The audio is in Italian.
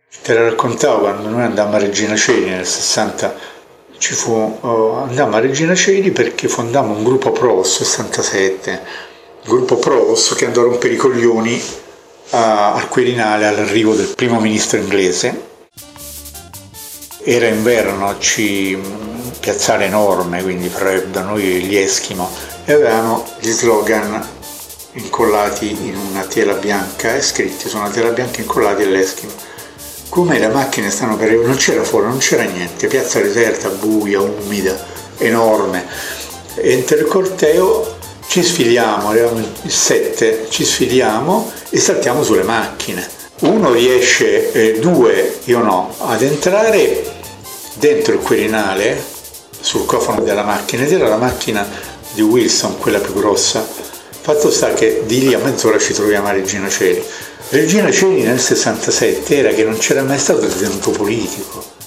Te la raccontavo quando noi andammo a Regina Coeli nel 60, andammo a Regina Coeli perché fondammo un gruppo PROS 67, un gruppo PROS che andò a rompere i coglioni al Quirinale all'arrivo del primo ministro inglese. Era inverno, piazzale enorme, quindi freddo, noi gli Eschimo, e avevamo gli slogan incollati in una tela bianca, scritti su una tela bianca incollati all'Eschimo. Come le macchine stanno per arrivare, non c'era fuori, non c'era niente, piazza deserta, buia, umida, enorme. Entra il corteo, ci sfiliamo, eravamo il 7, ci sfiliamo e saltiamo sulle macchine. Uno riesce, due, io no, ad entrare dentro il Quirinale, sul cofano della macchina, ed era la macchina di Wilson, quella più grossa. Fatto sta che di lì a mezz'ora ci troviamo a Regina Coeli. Regina Coeli nel 67 era che non c'era mai stato detenuto politico.